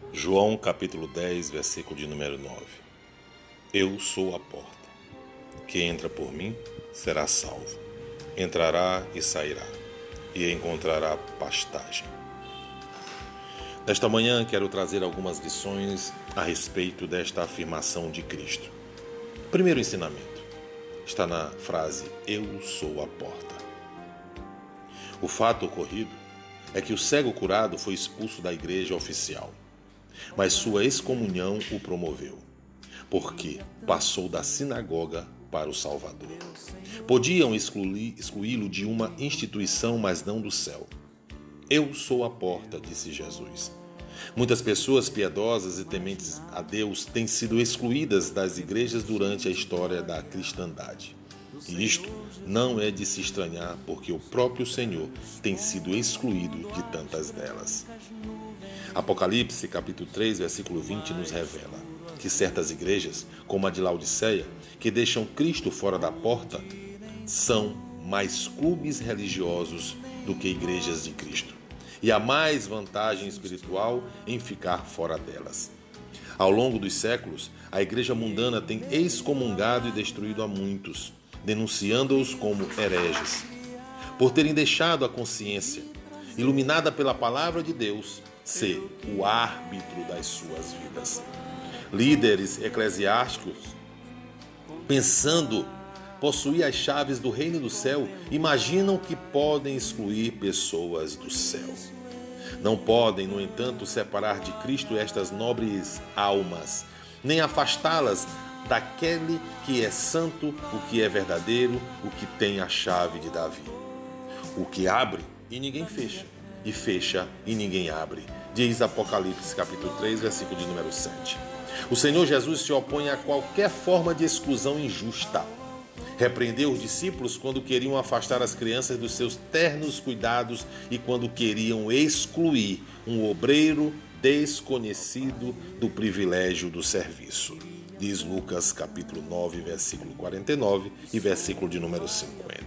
João capítulo 10, versículo de número 9. Eu sou a porta. Quem entra por mim será salvo. Entrará e sairá, e encontrará pastagem. Nesta manhã quero trazer algumas lições a respeito desta afirmação de Cristo. O primeiro ensinamento está na frase Eu sou a porta. O fato ocorrido é que o cego curado foi expulso da igreja oficial, mas sua excomunhão o promoveu, porque passou da sinagoga para o Salvador. Podiam excluí-lo de uma instituição, mas não do céu. Eu sou a porta, disse Jesus. Muitas pessoas piedosas e tementes a Deus têm sido excluídas das igrejas durante a história da cristandade. E isto não é de se estranhar, porque o próprio Senhor tem sido excluído de tantas delas. Apocalipse, capítulo 3, versículo 20, nos revela que certas igrejas, como a de Laodiceia, que deixam Cristo fora da porta, são mais clubes religiosos do que igrejas de Cristo. E há mais vantagem espiritual em ficar fora delas. Ao longo dos séculos, a igreja mundana tem excomungado e destruído a muitos, denunciando-os como hereges, por terem deixado a consciência, iluminada pela palavra de Deus, ser o árbitro das suas vidas. Líderes eclesiásticos, pensando possuir as chaves do reino do céu, imaginam que podem excluir pessoas do céu. Não podem, no entanto, separar de Cristo estas nobres almas, nem afastá-las daquele que é santo, o que é verdadeiro, o que tem a chave de Davi. O que abre e ninguém fecha, e fecha e ninguém abre, diz Apocalipse capítulo 3, versículo de número 7. O Senhor Jesus se opõe a qualquer forma de exclusão injusta. Repreendeu os discípulos quando queriam afastar as crianças dos seus ternos cuidados e quando queriam excluir um obreiro desconhecido do privilégio do serviço. Diz Lucas capítulo 9, versículo 49 e versículo de número 50.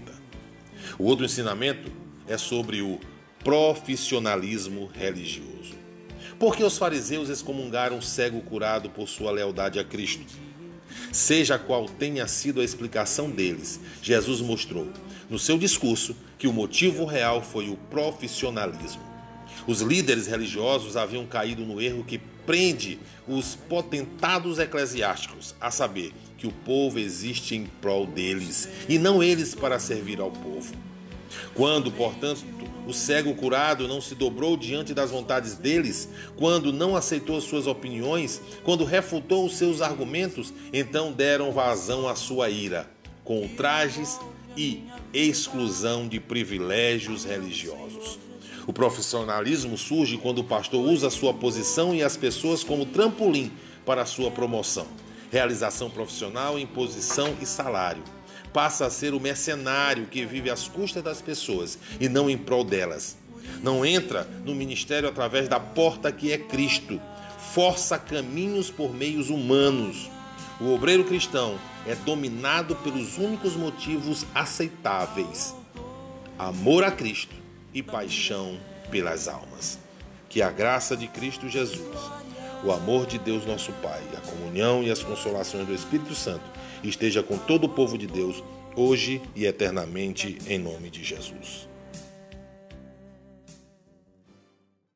O outro ensinamento é sobre o profissionalismo religioso. Porque os fariseus excomungaram o cego curado por sua lealdade a Cristo. Seja qual tenha sido a explicação deles, Jesus mostrou no seu discurso que o motivo real foi o profissionalismo. Os líderes religiosos haviam caído no erro que prende os potentados eclesiásticos, a saber, que o povo existe em prol deles e não eles para servir ao povo. Quando, portanto, o cego curado não se dobrou diante das vontades deles, quando não aceitou suas opiniões, quando refutou os seus argumentos, então deram vazão à sua ira, com ultrajes e exclusão de privilégios religiosos. O profissionalismo surge quando o pastor usa sua posição e as pessoas como trampolim para a sua promoção, realização profissional, imposição e salário. Passa a ser o mercenário que vive às custas das pessoas e não em prol delas. Não entra no ministério através da porta que é Cristo. Força caminhos por meios humanos. O obreiro cristão é dominado pelos únicos motivos aceitáveis: amor a Cristo e paixão pelas almas. Que a graça de Cristo Jesus, o amor de Deus nosso Pai, a comunhão e as consolações do Espírito Santo esteja com todo o povo de Deus, hoje e eternamente, em nome de Jesus.